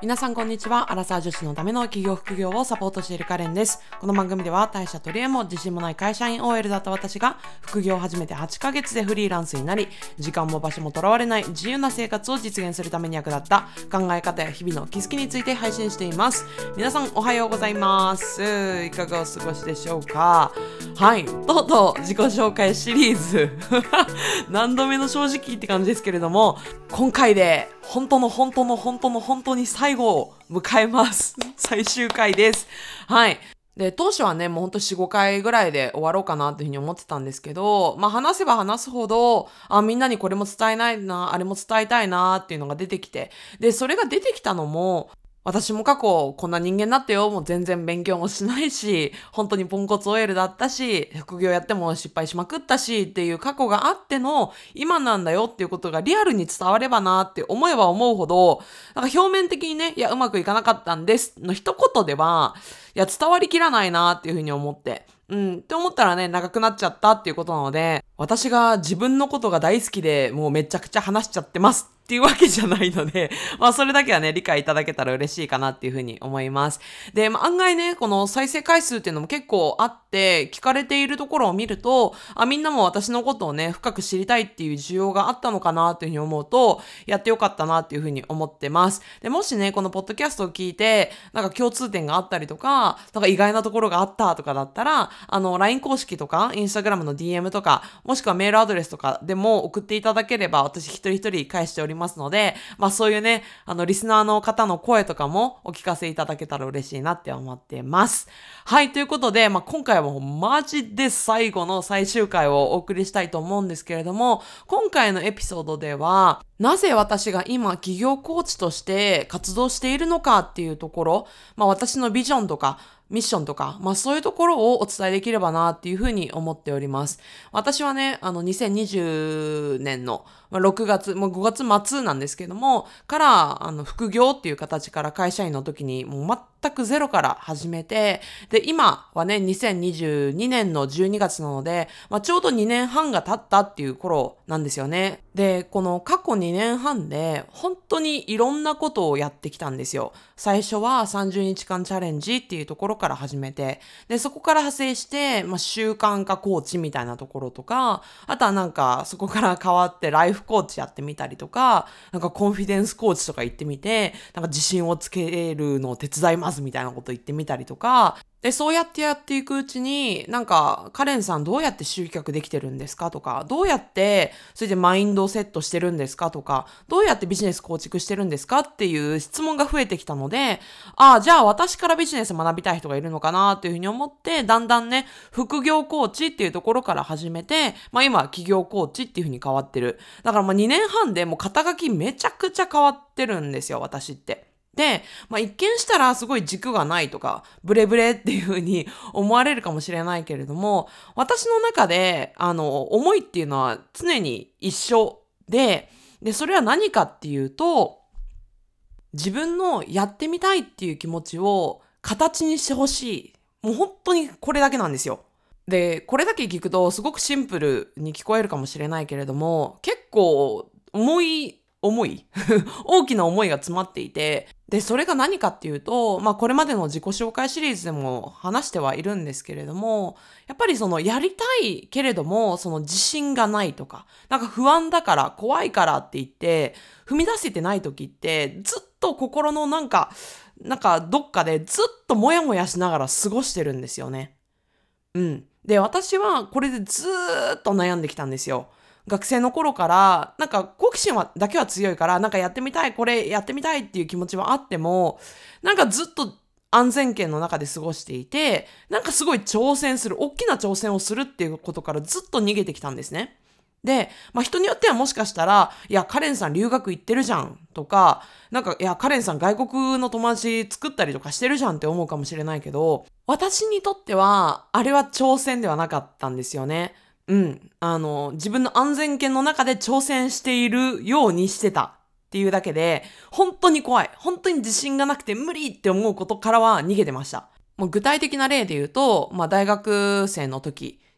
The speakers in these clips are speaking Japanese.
皆さんこんにちは。アラサー女子のための企業副業をサポートしているカレンです。この番組では大した取り柄も自信もない会社員 OL だった私が副業を始めて8ヶ月でフリーランスになり、時間も場所もとらわれない自由な生活を実現するために役立った考え方や日々の気づきについて配信しています。皆さんおはようございます。いかがお過ごしでしょうか。はい、とうとう自己紹介シリーズ何度目の正直って感じですけれども、今回で本当に最後を迎えます。最終回です。はい。で、当初はね、もうほんと4、5回ぐらいで終わろうかなっていうふうに思ってたんですけど、話せば話すほど、みんなにこれも伝えないな、あれも伝えたいなっていうのが出てきて、で、それが出てきたのも、私も過去こんな人間だったよ。もう全然勉強もしないし、本当にポンコツ OL だったし、副業やっても失敗しまくったしっていう過去があっての今なんだよっていうことがリアルに伝わればなって思えば思うほど、なんか表面的にね、いやうまくいかなかったんですの一言では、いや伝わりきらないなっていうふうに思って。って思ったらね、長くなっちゃったっていうことなので、私が自分のことが大好きでもうめちゃくちゃ話しちゃってますっていうわけじゃないので、それだけはね、理解いただけたら嬉しいかなっていうふうに思います。で、案外ね、この再生回数っていうのも結構あって、聞かれているところを見ると、みんなも私のことをね、深く知りたいっていう需要があったのかなっていうふうに思うと、やってよかったなっていうふうに思ってます。で、もしね、このポッドキャストを聞いて、なんか共通点があったりとか、なんか意外なところがあったとかだったら、LINE 公式とか、Instagram の DM とか、もしくはメールアドレスとかでも送っていただければ、私一人一人返しておりますので、そういうね、リスナーの方の声とかもお聞かせいただけたら嬉しいなって思ってます。はい、ということで、今回はもうマジで最後の最終回をお送りしたいと思うんですけれども、今回のエピソードでは、なぜ私が今企業コーチとして活動しているのかっていうところ、私のビジョンとか、ミッションとか、そういうところをお伝えできればなっていうふうに思っております。私はね、2020年の6月、もう5月末なんですけども、から、副業っていう形から会社員の時に、もう全くゼロから始めて、で、今はね、2022年の12月なので、ちょうど2年半が経ったっていう頃なんですよね。で、この過去2年半で、本当にいろんなことをやってきたんですよ。最初は30日間チャレンジっていうところから始めて、で、そこから派生して、習慣化コーチみたいなところとか、あとはなんか、そこから変わってライフコーチやってみたりとか、なんかコンフィデンスコーチとか行ってみて、なんか自信をつけるのを手伝いますみたいなこと言ってみたりとか、で、そうやっていくうちに、なんか、カレンさんどうやって集客できてるんですかとか、どうやって、それでマインドをセットしてるんですかとか、どうやってビジネス構築してるんですかっていう質問が増えてきたので、じゃあ私からビジネス学びたい人がいるのかなっていうふうに思って、だんだんね、副業コーチっていうところから始めて、今、企業コーチっていうふうに変わってる。だから2年半でもう肩書きめちゃくちゃ変わってるんですよ、私って。で、一見したらすごい軸がないとか、ブレブレっていう風に思われるかもしれないけれども、私の中で、思いっていうのは常に一緒で、それは何かっていうと、自分のやってみたいっていう気持ちを形にしてほしい。もう本当にこれだけなんですよ。で、これだけ聞くとすごくシンプルに聞こえるかもしれないけれども、結構重い大きな思いが詰まっていて、で、それが何かっていうと、これまでの自己紹介シリーズでも話してはいるんですけれども、やっぱりそのやりたいけれども、その自信がないとか、なんか不安だから怖いからって言って、踏み出せてない時って、ずっと心のなんかどっかでずっとモヤモヤしながら過ごしてるんですよね。で、私はこれでずーっと悩んできたんですよ。学生の頃から、なんか好奇心だけは強いから、なんかやってみたい、これやってみたいっていう気持ちはあっても、なんかずっと安全圏の中で過ごしていて、なんかすごい大きな挑戦をするっていうことからずっと逃げてきたんですね。で、人によってはもしかしたら、いや、カレンさん留学行ってるじゃんとか、なんか、いや、カレンさん外国の友達作ったりとかしてるじゃんって思うかもしれないけど、私にとっては、あれは挑戦ではなかったんですよね。自分の安全圏の中で挑戦しているようにしてたっていうだけで、本当に怖い。本当に自信がなくて無理って思うことからは逃げてました。もう具体的な例で言うと、大学生の時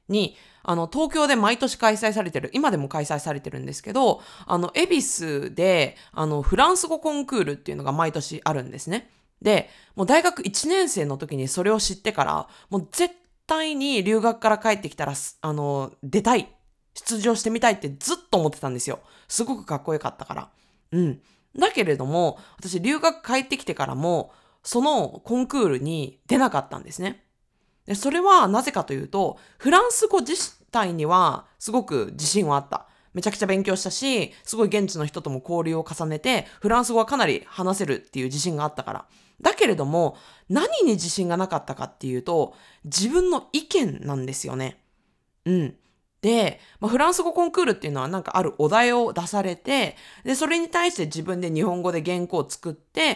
に、東京で毎年開催されてる、今でも開催されてるんですけど、恵比寿で、フランス語コンクールっていうのが毎年あるんですね。で、もう大学1年生の時にそれを知ってから、もう絶対に留学から帰ってきたら、出たい。出場してみたいってずっと思ってたんですよ。すごくかっこよかったから。うん。だけれども、私留学帰ってきてからも、そのコンクールに出なかったんですね。で、それはなぜかというと、フランス語自体にはすごく自信はあった。めちゃくちゃ勉強したし、すごい現地の人とも交流を重ねて、フランス語はかなり話せるっていう自信があったから。だけれども、何に自信がなかったかっていうと、自分の意見なんですよね。うん。で、フランス語コンクールっていうのはなんかあるお題を出されて、で、それに対して自分で日本語で原稿を作って、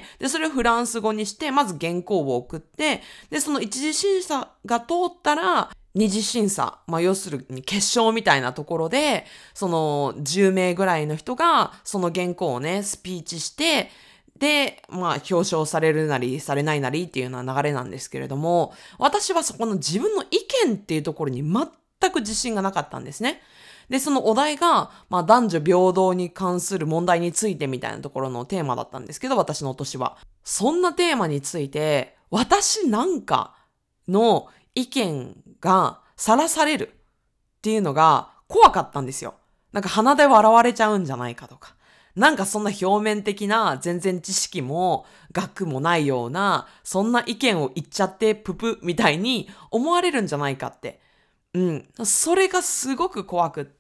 で、それをフランス語にして、まず原稿を送って、で、その一次審査が通ったら、二次審査、要するに決勝みたいなところで、その10名ぐらいの人が、その原稿をね、スピーチして、で、表彰されるなり、されないなりっていうような流れなんですけれども、私はそこの自分の意見っていうところに全く自信がなかったんですね。で、そのお題が、男女平等に関する問題についてみたいなところのテーマだったんですけど、私の年は。そんなテーマについて、私なんかの意見がさらされるっていうのが怖かったんですよ。なんか鼻で笑われちゃうんじゃないかとか。なんかそんな表面的な全然知識も学もないような、そんな意見を言っちゃってププみたいに思われるんじゃないかって。それがすごく怖くって、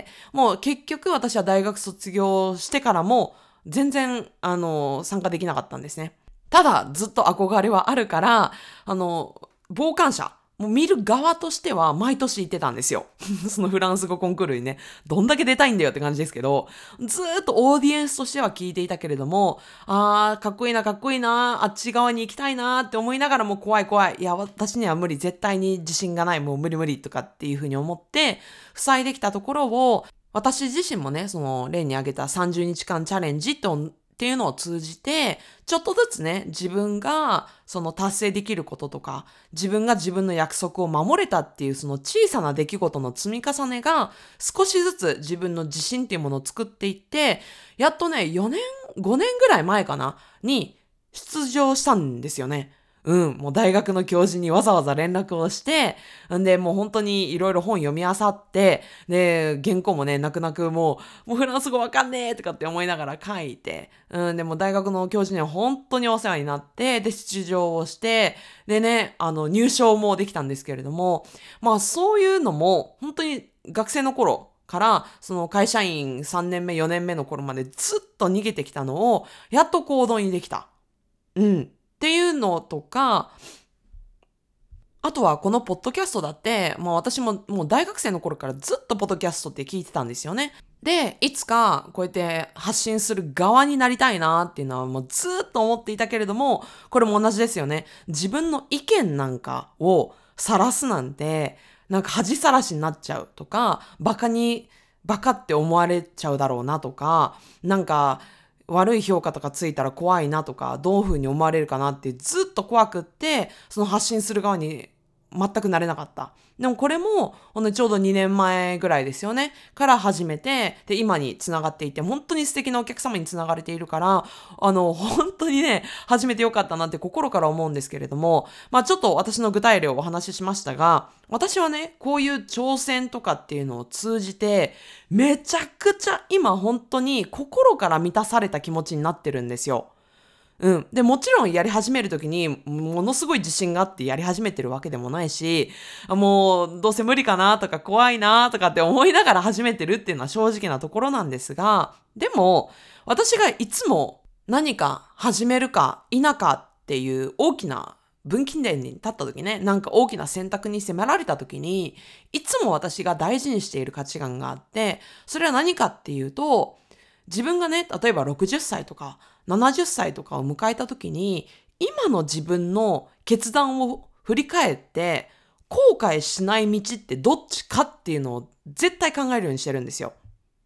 もう結局私は大学卒業してからも全然、参加できなかったんですね。ただ、ずっと憧れはあるから、傍観者、もう見る側としては毎年行ってたんですよ。そのフランス語コンクールにね、どんだけ出たいんだよって感じですけど、ずーっとオーディエンスとしては聞いていたけれども、かっこいいな、かっこいいな、あっち側に行きたいなって思いながらも怖い怖い。いや、私には無理、絶対に自信がない、もう無理無理とかっていうふうに思って、塞いできたところを、私自身もね、その例に挙げた30日間チャレンジっていうのを通じて、ちょっとずつね、自分がその達成できることとか、自分が自分の約束を守れたっていうその小さな出来事の積み重ねが、少しずつ自分の自信っていうものを作っていって、やっとね、4年、5年ぐらい前かな、に出場したんですよね。もう大学の教授にわざわざ連絡をして、で、もう本当にいろいろ本読み漁って、で、原稿もね、泣く泣くもうフランス語わかんねえとかって思いながら書いて、でも大学の教授には本当にお世話になって、で、出場をして、でね、入賞もできたんですけれども、そういうのも、本当に学生の頃、からその会社員3年目4年目の頃までずっと逃げてきたのをやっと行動にできた。っていうのとか、あとはこのポッドキャストだって、私ももう大学生の頃からずっとポッドキャストって聞いてたんですよね。で、いつかこうやって発信する側になりたいなっていうのはもうずっと思っていたけれども、これも同じですよね。自分の意見なんかを晒すなんて、なんか恥さらしになっちゃうとか、バカって思われちゃうだろうなとか、なんか、悪い評価とかついたら怖いなとか、どういう風に思われるかなってずっと怖くって、その発信する側に全くなれなかった。でもこれも、ちょうど2年前ぐらいですよね。から始めて、で、今に繋がっていて、本当に素敵なお客様に繋がれているから、本当にね、始めてよかったなって心から思うんですけれども、ちょっと私の具体例をお話ししましたが、私はね、こういう挑戦とかっていうのを通じて、めちゃくちゃ今本当に心から満たされた気持ちになってるんですよ。で、もちろんやり始めるときに、ものすごい自信があってやり始めてるわけでもないし、もう、どうせ無理かなとか怖いなとかって思いながら始めてるっていうのは正直なところなんですが、でも、私がいつも何か始めるか否かっていう大きな分岐点に立ったときね、なんか大きな選択に迫られたときに、いつも私が大事にしている価値観があって、それは何かっていうと、自分がね、例えば60歳とか70歳とかを迎えた時に、今の自分の決断を振り返って、後悔しない道ってどっちかっていうのを絶対考えるようにしてるんですよ。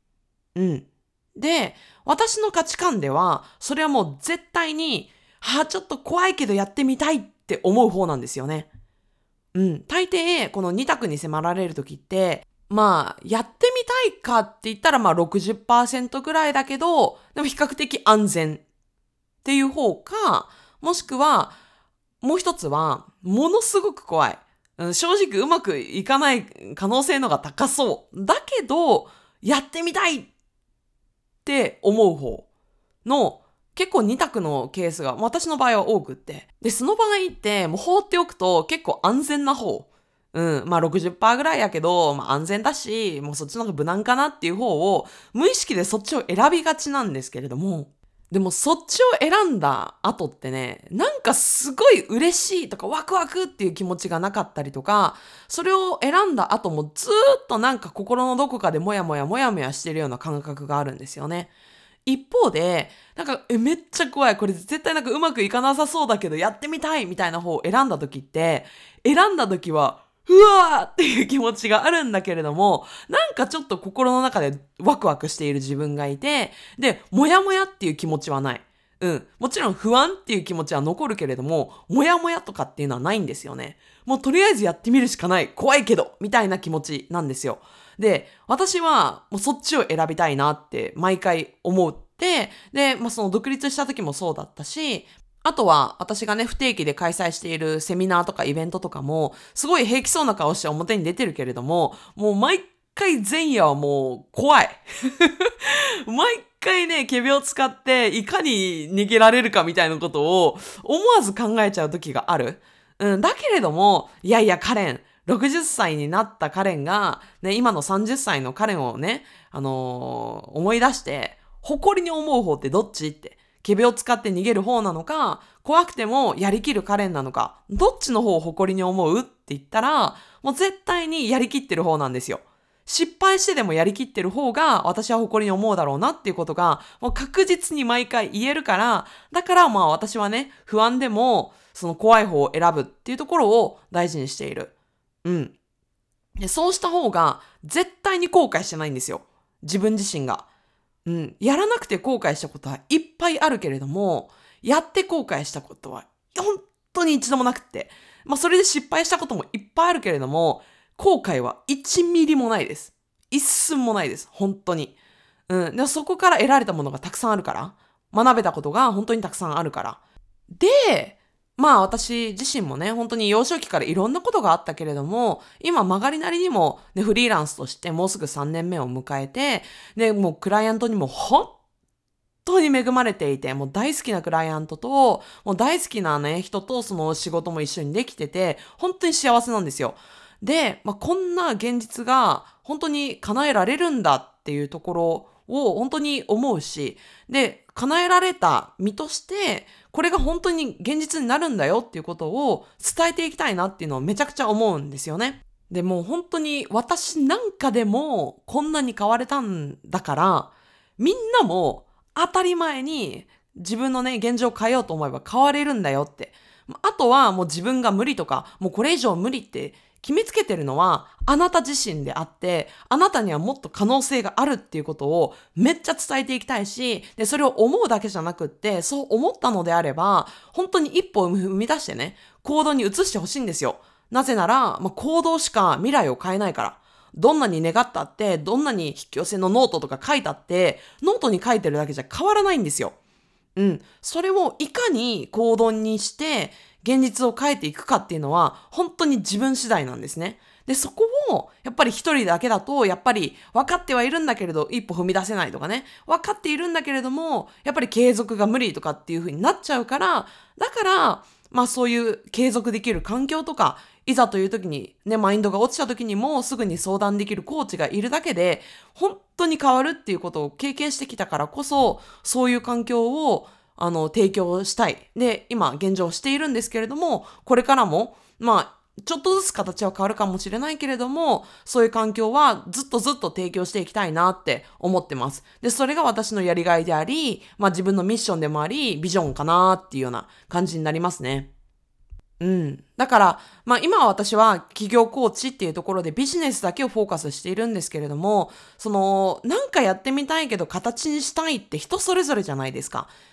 で、私の価値観では、それはもう絶対に、ちょっと怖いけどやってみたいって思う方なんですよね。 大抵、この2択に迫られるときって、まあ、やってみたいかって言ったら、まあ60%ぐらいだけど、でも比較的安全っていう方か、もしくは、もう一つは、ものすごく怖い。正直うまくいかない可能性のが高そう。だけど、やってみたいって思う方の、結構二択のケースが私の場合は多くって。で、その場合ってもう放っておくと結構安全な方。まあ60%ぐらいやけど、まあ安全だし、もうそっちの方が無難かなっていう方を無意識でそっちを選びがちなんですけれども、でもそっちを選んだ後ってね、なんかすごい嬉しいとかワクワクっていう気持ちがなかったりとか、それを選んだ後もずーっとなんか心のどこかでモヤモヤしてるような感覚があるんですよね。一方で、なんか、めっちゃ怖い。これ絶対なんかうまくいかなさそうだけど、やってみたいみたいな方を選んだ時って、選んだ時は、うわーっていう気持ちがあるんだけれども、なんかちょっと心の中でワクワクしている自分がいて、で、もやもやっていう気持ちはない。もちろん不安っていう気持ちは残るけれども、もやもやとかっていうのはないんですよね。もうとりあえずやってみるしかない。怖いけど、みたいな気持ちなんですよ。で、私はもうそっちを選びたいなって毎回思って、で、まあその独立した時もそうだったし、あとは私がね、不定期で開催しているセミナーとかイベントとかも、すごい平気そうな顔して表に出てるけれども、もう毎回前夜はもう怖い。毎回ね、仮病を使っていかに逃げられるかみたいなことを思わず考えちゃう時がある。だけれども、いやいやカレン、60歳になったカレンが、ね、今の30歳のカレンをね、思い出して、誇りに思う方ってどっちって。仮病を使って逃げる方なのか、怖くてもやりきるカレンなのか、どっちの方を誇りに思うって言ったら、もう絶対にやりきってる方なんですよ。失敗してでもやりきってる方が私は誇りに思うだろうなっていうことがもう確実に毎回言えるから、だからまあ私はね、不安でもその怖い方を選ぶっていうところを大事にしている。で、そうした方が絶対に後悔してないんですよ。自分自身が。やらなくて後悔したことはいっぱいあるけれども、やって後悔したことは本当に一度もなくって。まあそれで失敗したこともいっぱいあるけれども、後悔は1ミリもないです。一寸もないです。本当に。でそこから得られたものがたくさんあるから。学べたことが本当にたくさんあるから。で、まあ私自身もね、本当に幼少期からいろんなことがあったけれども、今曲がりなりにも、ね、フリーランスとしてもうすぐ3年目を迎えて、で、もうクライアントにも本当に恵まれていて、もう大好きなクライアントと、もう大好きなね、人とその仕事も一緒にできてて、本当に幸せなんですよ。で、まあ、こんな現実が本当に叶えられるんだっていうところを本当に思うし、で、叶えられた身として、これが本当に現実になるんだよっていうことを伝えていきたいなっていうのをめちゃくちゃ思うんですよね。で、もう本当に私なんかでもこんなに変われたんだから、みんなも当たり前に自分のね、現状を変えようと思えば変われるんだよって。あとはもう自分が無理とか、もうこれ以上無理って決めつけてるのはあなた自身であって、あなたにはもっと可能性があるっていうことをめっちゃ伝えていきたいし、で、それを思うだけじゃなくって、そう思ったのであれば、本当に一歩踏み出してね、行動に移してほしいんですよ。なぜなら、行動しか未来を変えないから。どんなに願ったって、どんなに引き寄せのノートとか書いたって、ノートに書いてるだけじゃ変わらないんですよ。それをいかに行動にして、現実を変えていくかっていうのは、本当に自分次第なんですね。で、そこを、やっぱり一人だけだと、やっぱり分かってはいるんだけれど、一歩踏み出せないとかね。分かっているんだけれども、やっぱり継続が無理とかっていう風になっちゃうから、だから、そういう継続できる環境とか、いざという時にね、マインドが落ちた時にもすぐに相談できるコーチがいるだけで、本当に変わるっていうことを経験してきたからこそ、そういう環境を提供したい。で、今現状しているんですけれども、これからも、ちょっとずつ形は変わるかもしれないけれども、そういう環境はずっと提供していきたいなって思ってます。で、それが私のやりがいであり、自分のミッションでもあり、ビジョンかなっていうような感じになりますね。だから、今は私は企業コーチっていうところでビジネスだけをフォーカスしているんですけれども、なんかやってみたいけど形にしたいって人それぞれじゃないですか。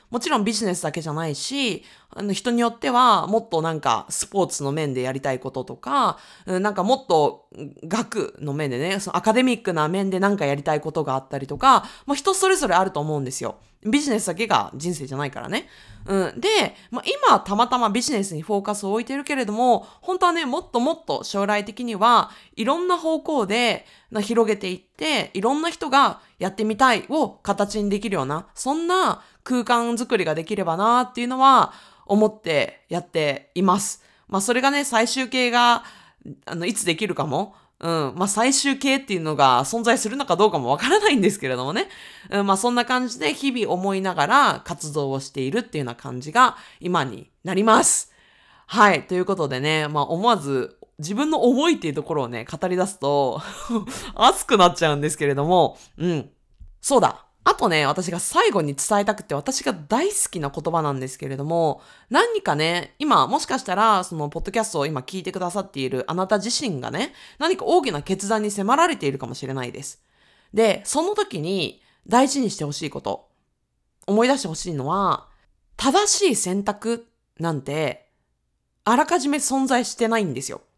もちろんビジネスだけじゃないし、人によってはもっとなんかスポーツの面でやりたいこととか、なんかもっと学の面でね、そのアカデミックな面でなんかやりたいことがあったりとか、人それぞれあると思うんですよ。ビジネスだけが人生じゃないからね。で、今たまたまビジネスにフォーカスを置いてるけれども、本当はね、もっともっと将来的にはいろんな方向で広げていって、いろんな人がやってみたいを形にできるような、そんな空間づくりができればなっていうのは思ってやっています。それがね、最終形が、いつできるかも、最終形っていうのが存在するのかどうかもわからないんですけれどもね。そんな感じで日々思いながら活動をしているっていうような感じが今になります。はい。ということでね、思わず自分の思いっていうところをね、語り出すと熱くなっちゃうんですけれども、そうだ。あとね、私が最後に伝えたくて、私が大好きな言葉なんですけれども、何かね、今、もしかしたら、その、ポッドキャストを今聞いてくださっているあなた自身がね、何か大きな決断に迫られているかもしれないです。で、その時に大事にしてほしいこと、思い出してほしいのは、正しい選択なんて、あらかじめ存在してないんですよ。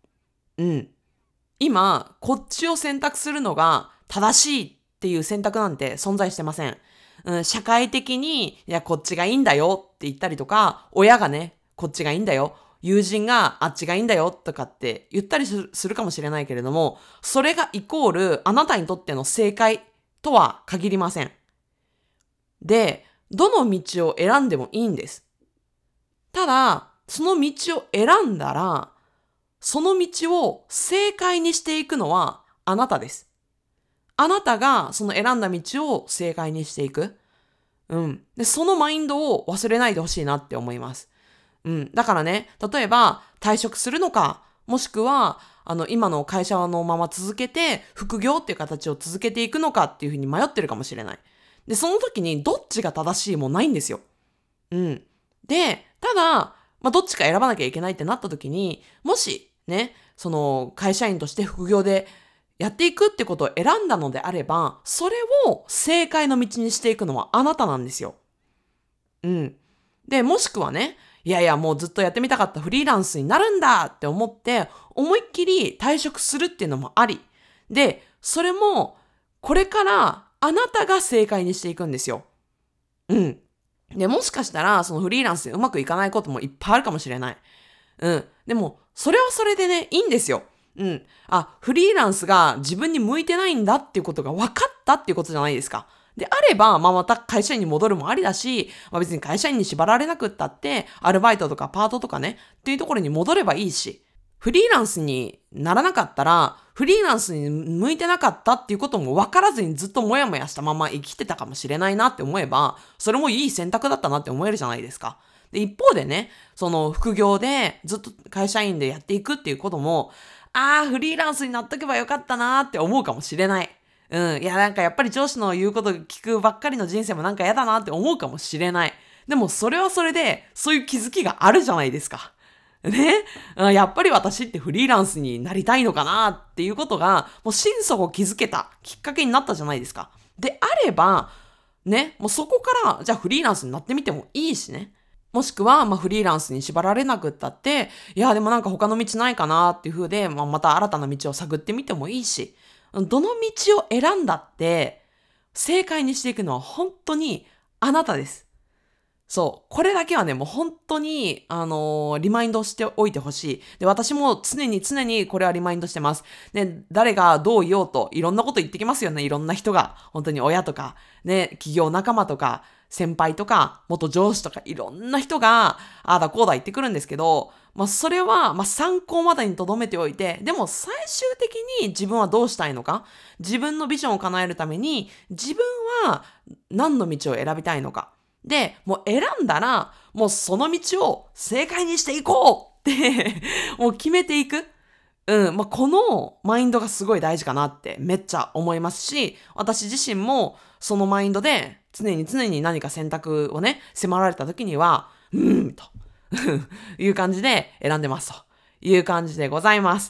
今、こっちを選択するのが正しいっていう選択なんて存在してません。社会的に、いや、こっちがいいんだよって言ったりとか、親がね、こっちがいいんだよ。友人があっちがいいんだよとかって言ったりするかもしれないけれども、それがイコールあなたにとっての正解とは限りません。で、どの道を選んでもいいんです。ただ、その道を選んだら、その道を正解にしていくのはあなたです。あなたがその選んだ道を正解にしていく。で、そのマインドを忘れないでほしいなって思います。だからね、例えば退職するのか、もしくは、今の会社のまま続けて、副業っていう形を続けていくのかっていうふうに迷ってるかもしれない。で、その時にどっちが正しいもないんですよ。で、ただ、どっちか選ばなきゃいけないってなった時に、もしね、その会社員として副業でやっていくってことを選んだのであれば、それを正解の道にしていくのはあなたなんですよ。で、もしくはね、いやいやもうずっとやってみたかったフリーランスになるんだって思って、思いっきり退職するっていうのもあり。で、それも、これからあなたが正解にしていくんですよ。で、もしかしたら、そのフリーランスでうまくいかないこともいっぱいあるかもしれない。でも、それはそれでね、いいんですよ。フリーランスが自分に向いてないんだっていうことが分かったっていうことじゃないですか。であれば、また会社員に戻るもありだし、別に会社員に縛られなくったって、アルバイトとかパートとかね、っていうところに戻ればいいし、フリーランスにならなかったら、フリーランスに向いてなかったっていうことも分からずにずっとモヤモヤしたまま生きてたかもしれないなって思えば、それもいい選択だったなって思えるじゃないですか。で、一方でね、その副業でずっと会社員でやっていくっていうことも、フリーランスになっとけばよかったなーって思うかもしれない。いやなんかやっぱり上司の言うこと聞くばっかりの人生もなんか嫌だなって思うかもしれない。でもそれはそれで、そういう気づきがあるじゃないですか。ね、やっぱり私ってフリーランスになりたいのかなっていうことが、もう心底気づけたきっかけになったじゃないですか。であれば、ね、もうそこから、じゃあフリーランスになってみてもいいしね。もしくは、フリーランスに縛られなくったって、いや、でもなんか他の道ないかなっていう風で、また新たな道を探ってみてもいいし、どの道を選んだって、正解にしていくのは本当にあなたです。そう。これだけはね、もう本当に、リマインドしておいてほしい。で、私も常にこれはリマインドしてます。ね、誰がどう言おうと、いろんなこと言ってきますよね。いろんな人が。本当に親とか、ね、企業仲間とか、先輩とか、元上司とか、いろんな人が、ああだこうだ言ってくるんですけど、それは、参考までに留めておいて、でも最終的に自分はどうしたいのか、自分のビジョンを叶えるために、自分は何の道を選びたいのか。で、もう選んだら、もうその道を正解にしていこうってもう決めていく。このマインドがすごい大事かなってめっちゃ思いますし、私自身もそのマインドで常に何か選択をね、迫られた時には、という感じで選んでますという感じでございます。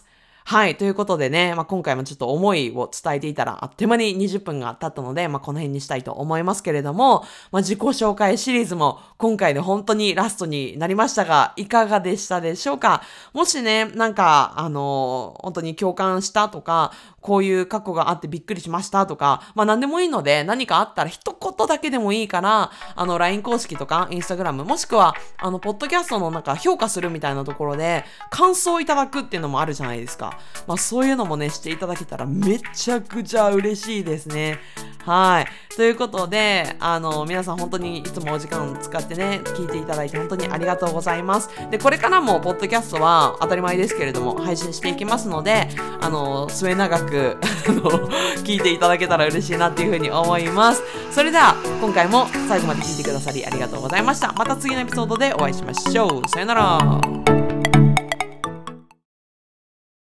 はい。ということでね、今回もちょっと思いを伝えていたら、あっという間に20分が経ったので、この辺にしたいと思いますけれども、自己紹介シリーズも今回で本当にラストになりましたが、いかがでしたでしょうか？もしね、本当に共感したとか、こういう過去があってびっくりしましたとか、何でもいいので、何かあったら一言だけでもいいから、LINE 公式とか Instagram、もしくは、ポッドキャストの評価するみたいなところで、感想をいただくっていうのもあるじゃないですか。そういうのもね、していただけたらめちゃくちゃ嬉しいですね。はい。ということで、皆さん本当にいつもお時間使ってね、聞いていただいて本当にありがとうございます。で、これからもポッドキャストは当たり前ですけれども、配信していきますので、末永く聞いていただけたら嬉しいなっていうふうに思います。それでは、今回も最後まで聞いてくださりありがとうございました。また次のエピソードでお会いしましょう。さよなら。